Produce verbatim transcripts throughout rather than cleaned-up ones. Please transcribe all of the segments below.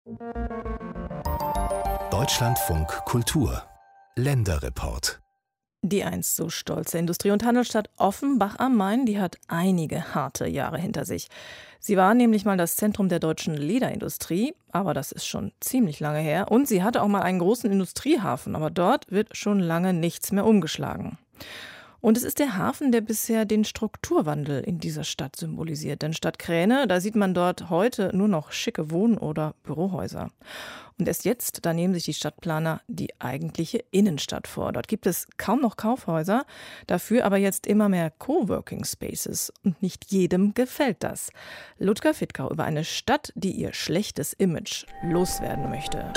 Deutschlandfunk Kultur Länderreport. Die einst so stolze Industrie- und Handelsstadt Offenbach am Main, die hat einige harte Jahre hinter sich. Sie war nämlich mal das Zentrum der deutschen Lederindustrie, aber das ist schon ziemlich lange her. Und sie hatte auch mal einen großen Industriehafen, aber dort wird schon lange nichts mehr umgeschlagen. Und es ist der Hafen, der bisher den Strukturwandel in dieser Stadt symbolisiert. Denn statt Kräne, da sieht man dort heute nur noch schicke Wohn- oder Bürohäuser. Und erst jetzt, da nehmen sich die Stadtplaner die eigentliche Innenstadt vor. Dort gibt es kaum noch Kaufhäuser, dafür aber jetzt immer mehr Coworking Spaces. Und nicht jedem gefällt das. Ludger Fittkau über eine Stadt, die ihr schlechtes Image loswerden möchte.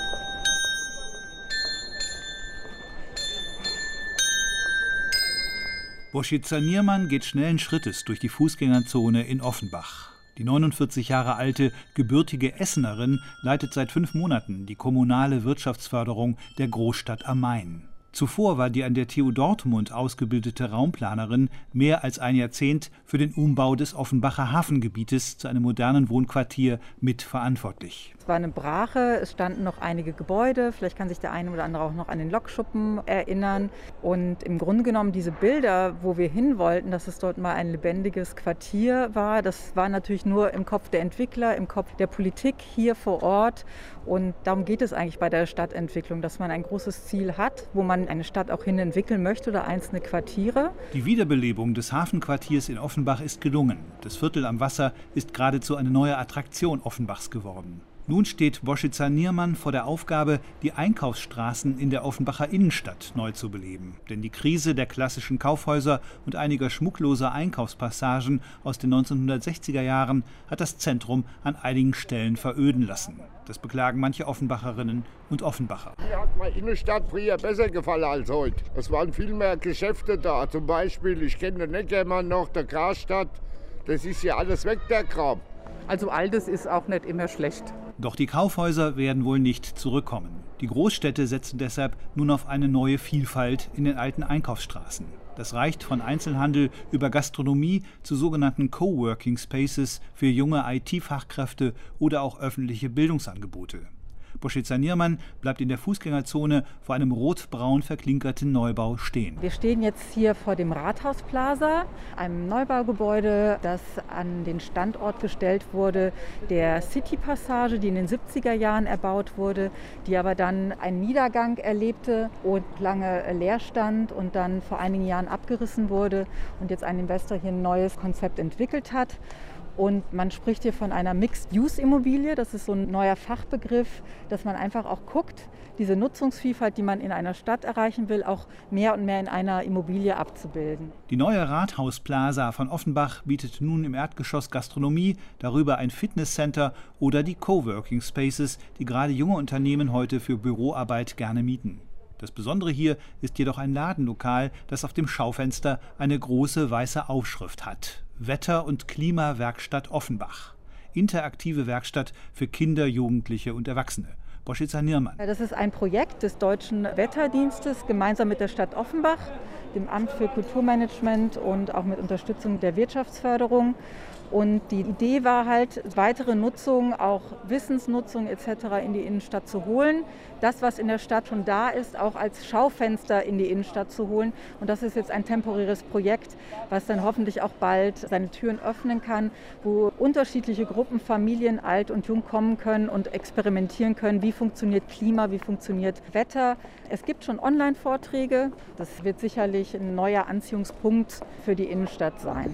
Boschitzer Niermann geht schnellen Schrittes durch die Fußgängerzone in Offenbach. Die neunundvierzig Jahre alte, gebürtige Essenerin leitet seit fünf Monaten die kommunale Wirtschaftsförderung der Großstadt am Main. Zuvor war die an der T U Dortmund ausgebildete Raumplanerin mehr als ein Jahrzehnt für den Umbau des Offenbacher Hafengebietes zu einem modernen Wohnquartier mitverantwortlich. Es war eine Brache, es standen noch einige Gebäude, vielleicht kann sich der eine oder andere auch noch an den Lokschuppen erinnern. Und im Grunde genommen diese Bilder, wo wir hin wollten, dass es dort mal ein lebendiges Quartier war, das war natürlich nur im Kopf der Entwickler, im Kopf der Politik hier vor Ort. Und darum geht es eigentlich bei der Stadtentwicklung, dass man ein großes Ziel hat, wo man eine Stadt auch hin entwickeln möchte oder einzelne Quartiere. Die Wiederbelebung des Hafenquartiers in Offenbach ist gelungen. Das Viertel am Wasser ist geradezu eine neue Attraktion Offenbachs geworden. Nun steht Boschitzer Niermann vor der Aufgabe, die Einkaufsstraßen in der Offenbacher Innenstadt neu zu beleben. Denn die Krise der klassischen Kaufhäuser und einiger schmuckloser Einkaufspassagen aus den neunzehnhundertsechziger Jahren hat das Zentrum an einigen Stellen veröden lassen. Das beklagen manche Offenbacherinnen und Offenbacher. Mir hat meine Innenstadt früher besser gefallen als heute. Es waren viel mehr Geschäfte da. Zum Beispiel, ich kenne den Neckermann noch, der Karstadt. Das ist ja alles weg, der Kram. Also Altes ist auch nicht immer schlecht. Doch die Kaufhäuser werden wohl nicht zurückkommen. Die Großstädte setzen deshalb nun auf eine neue Vielfalt in den alten Einkaufsstraßen. Das reicht von Einzelhandel über Gastronomie zu sogenannten Coworking Spaces für junge I T-Fachkräfte oder auch öffentliche Bildungsangebote. Boschitzer Niermann bleibt in der Fußgängerzone vor einem rotbraun verklinkerten Neubau stehen. Wir stehen jetzt hier vor dem Rathausplaza, einem Neubaugebäude, das an den Standort gestellt wurde der City-Passage, die in den siebziger Jahren erbaut wurde, die aber dann einen Niedergang erlebte und lange leer stand und dann vor einigen Jahren abgerissen wurde und jetzt ein Investor hier ein neues Konzept entwickelt hat. Und man spricht hier von einer Mixed-Use-Immobilie. Das ist so ein neuer Fachbegriff, dass man einfach auch guckt, diese Nutzungsvielfalt, die man in einer Stadt erreichen will, auch mehr und mehr in einer Immobilie abzubilden. Die neue Rathausplaza von Offenbach bietet nun im Erdgeschoss Gastronomie, darüber ein Fitnesscenter oder die Coworking Spaces, die gerade junge Unternehmen heute für Büroarbeit gerne mieten. Das Besondere hier ist jedoch ein Ladenlokal, das auf dem Schaufenster eine große weiße Aufschrift hat. Wetter- und Klimawerkstatt Offenbach. Interaktive Werkstatt für Kinder, Jugendliche und Erwachsene. Boschitzer Niermann. Das ist ein Projekt des Deutschen Wetterdienstes gemeinsam mit der Stadt Offenbach, dem Amt für Kulturmanagement und auch mit Unterstützung der Wirtschaftsförderung. Und die Idee war halt, weitere Nutzung, auch Wissensnutzung et cetera in die Innenstadt zu holen. Das, was in der Stadt schon da ist, auch als Schaufenster in die Innenstadt zu holen. Und das ist jetzt ein temporäres Projekt, was dann hoffentlich auch bald seine Türen öffnen kann, wo unterschiedliche Gruppen, Familien, alt und jung kommen können und experimentieren können, wie funktioniert Klima, wie funktioniert Wetter. Es gibt schon Online-Vorträge. Das wird sicherlich ein neuer Anziehungspunkt für die Innenstadt sein.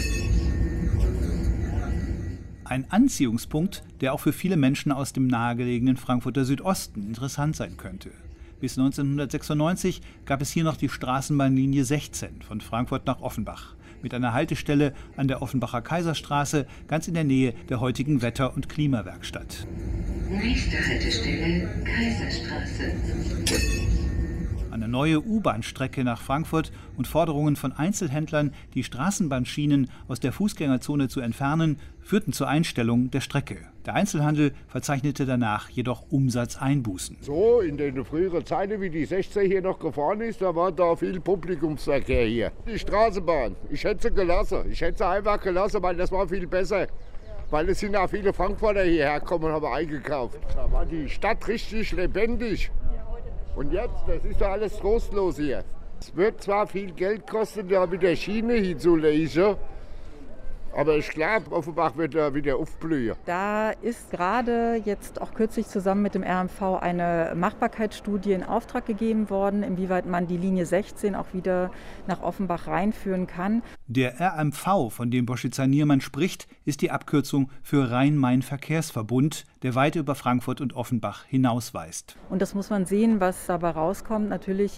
Ein Anziehungspunkt, der auch für viele Menschen aus dem nahegelegenen Frankfurter Südosten interessant sein könnte. Bis neunzehnhundertsechsundneunzig gab es hier noch die Straßenbahnlinie sechzehn von Frankfurt nach Offenbach mit einer Haltestelle an der Offenbacher Kaiserstraße, ganz in der Nähe der heutigen Wetter- und Klimawerkstatt. Nächste Haltestelle Kaiserstraße. Eine neue U-Bahn-Strecke nach Frankfurt und Forderungen von Einzelhändlern, die Straßenbahnschienen aus der Fußgängerzone zu entfernen, führten zur Einstellung der Strecke. Der Einzelhandel verzeichnete danach jedoch Umsatzeinbußen. So, in den früheren Zeiten, wie die sechzehn hier noch gefahren ist, da war da viel Publikumsverkehr hier. Die Straßenbahn, ich hätte sie gelassen. Ich hätte sie einfach gelassen, weil das war viel besser. weil es sind auch viele Frankfurter hierher gekommen und haben eingekauft. Da war die Stadt richtig lebendig. Und jetzt, das ist doch alles trostlos hier. Es wird zwar viel Geld kosten, da mit der Schiene hinzulegen, aber ich glaube, Offenbach wird da wieder aufblühen. Da ist gerade jetzt auch kürzlich zusammen mit dem R M V eine Machbarkeitsstudie in Auftrag gegeben worden, inwieweit man die Linie sechzehn auch wieder nach Offenbach reinführen kann. Der R M V, von dem Boschitzer-Niermann spricht, ist die Abkürzung für Rhein-Main-Verkehrsverbund, der weit über Frankfurt und Offenbach hinausweist. Und das muss man sehen, was dabei rauskommt. Natürlich.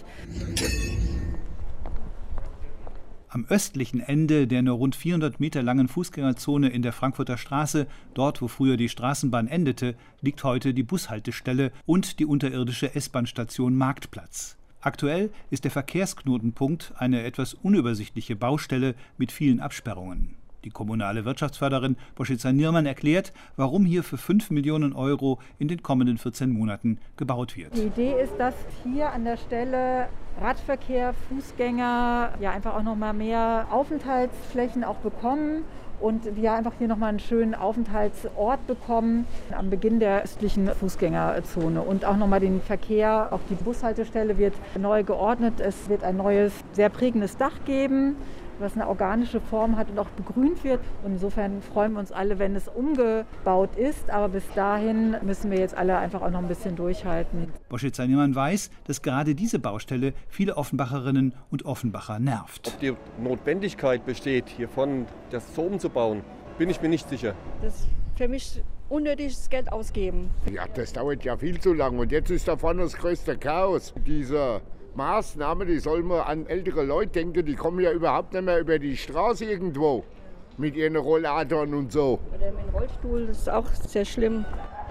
Am östlichen Ende der nur rund vierhundert Meter langen Fußgängerzone in der Frankfurter Straße, dort wo früher die Straßenbahn endete, liegt heute die Bushaltestelle und die unterirdische S-Bahn-Station Marktplatz. Aktuell ist der Verkehrsknotenpunkt eine etwas unübersichtliche Baustelle mit vielen Absperrungen. Die kommunale Wirtschaftsförderin Boschitzer-Niermann erklärt, warum hier für fünf Millionen Euro in den kommenden vierzehn Monaten gebaut wird. Die Idee ist, dass hier an der Stelle Radverkehr, Fußgänger ja einfach auch noch mal mehr Aufenthaltsflächen auch bekommen und wir einfach hier noch mal einen schönen Aufenthaltsort bekommen am Beginn der östlichen Fußgängerzone und auch noch mal den Verkehr. Auch die Bushaltestelle wird neu geordnet. Es wird ein neues, sehr prägendes Dach geben, was eine organische Form hat und auch begrünt wird. Und insofern freuen wir uns alle, wenn es umgebaut ist. Aber bis dahin müssen wir jetzt alle einfach auch noch ein bisschen durchhalten. Boschitzer-Niermann weiß, dass gerade diese Baustelle viele Offenbacherinnen und Offenbacher nervt. Ob die Notwendigkeit besteht, hier vorne das so umzubauen, bin ich mir nicht sicher. Das ist für mich unnötiges Geld ausgeben. Ja, das dauert ja viel zu lang. Und jetzt ist da vorne das größte Chaos. Diese Maßnahme, die soll man an ältere Leute denken, die kommen ja überhaupt nicht mehr über die Straße irgendwo mit ihren Rollatoren und so. Oder mit dem Rollstuhl, das ist auch sehr schlimm.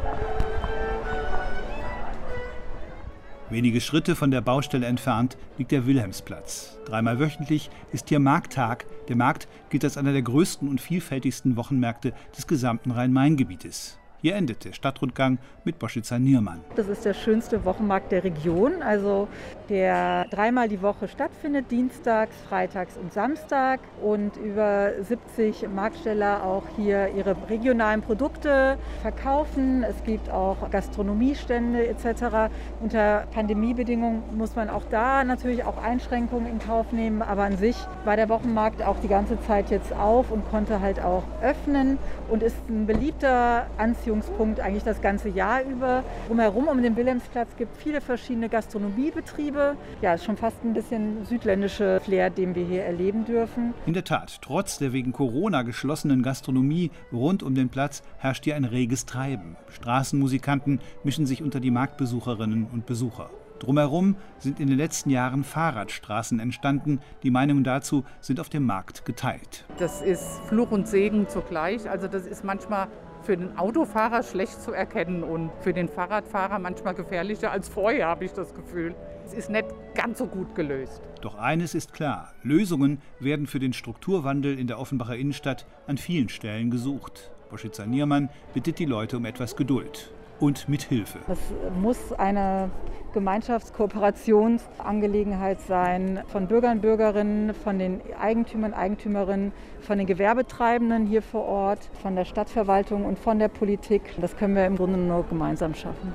Wenige Schritte von der Baustelle entfernt liegt der Wilhelmsplatz. Dreimal wöchentlich ist hier Markttag. Der Markt gilt als einer der größten und vielfältigsten Wochenmärkte des gesamten Rhein-Main-Gebietes. Hier endet der Stadtrundgang mit Boschitzer-Niermann. Das ist der schönste Wochenmarkt der Region, also der dreimal die Woche stattfindet, dienstags, freitags und Samstag. Und über siebzig Marktsteller auch hier ihre regionalen Produkte verkaufen. Es gibt auch Gastronomiestände et cetera. Unter Pandemiebedingungen muss man auch da natürlich auch Einschränkungen in Kauf nehmen. Aber an sich war der Wochenmarkt auch die ganze Zeit jetzt auf und konnte halt auch öffnen und ist ein beliebter Anziehungspunkt eigentlich das ganze Jahr über. Drumherum um den Wilhelmsplatz gibt es viele verschiedene Gastronomiebetriebe. Ja, ist schon fast ein bisschen südländische Flair, den wir hier erleben dürfen. In der Tat, trotz der wegen Corona geschlossenen Gastronomie rund um den Platz herrscht hier ein reges Treiben. Straßenmusikanten mischen sich unter die Marktbesucherinnen und Besucher. Drumherum sind in den letzten Jahren Fahrradstraßen entstanden. Die Meinungen dazu sind auf dem Markt geteilt. Das ist Fluch und Segen zugleich. Also das ist manchmal für den Autofahrer schlecht zu erkennen und für den Fahrradfahrer manchmal gefährlicher als vorher, habe ich das Gefühl. Es ist nicht ganz so gut gelöst. Doch eines ist klar, Lösungen werden für den Strukturwandel in der Offenbacher Innenstadt an vielen Stellen gesucht. Boschitzer-Niermann bittet die Leute um etwas Geduld und Mithilfe. Das muss eine Gemeinschaftskooperationsangelegenheit sein von Bürgern, Bürgerinnen, von den Eigentümern, Eigentümerinnen, von den Gewerbetreibenden hier vor Ort, von der Stadtverwaltung und von der Politik. Das können wir im Grunde nur gemeinsam schaffen.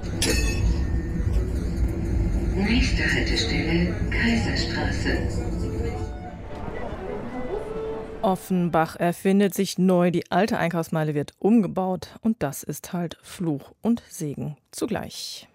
Nächste Haltestelle Kaiserstraße. Offenbach erfindet sich neu, die alte Einkaufsmeile wird umgebaut und das ist halt Fluch und Segen zugleich.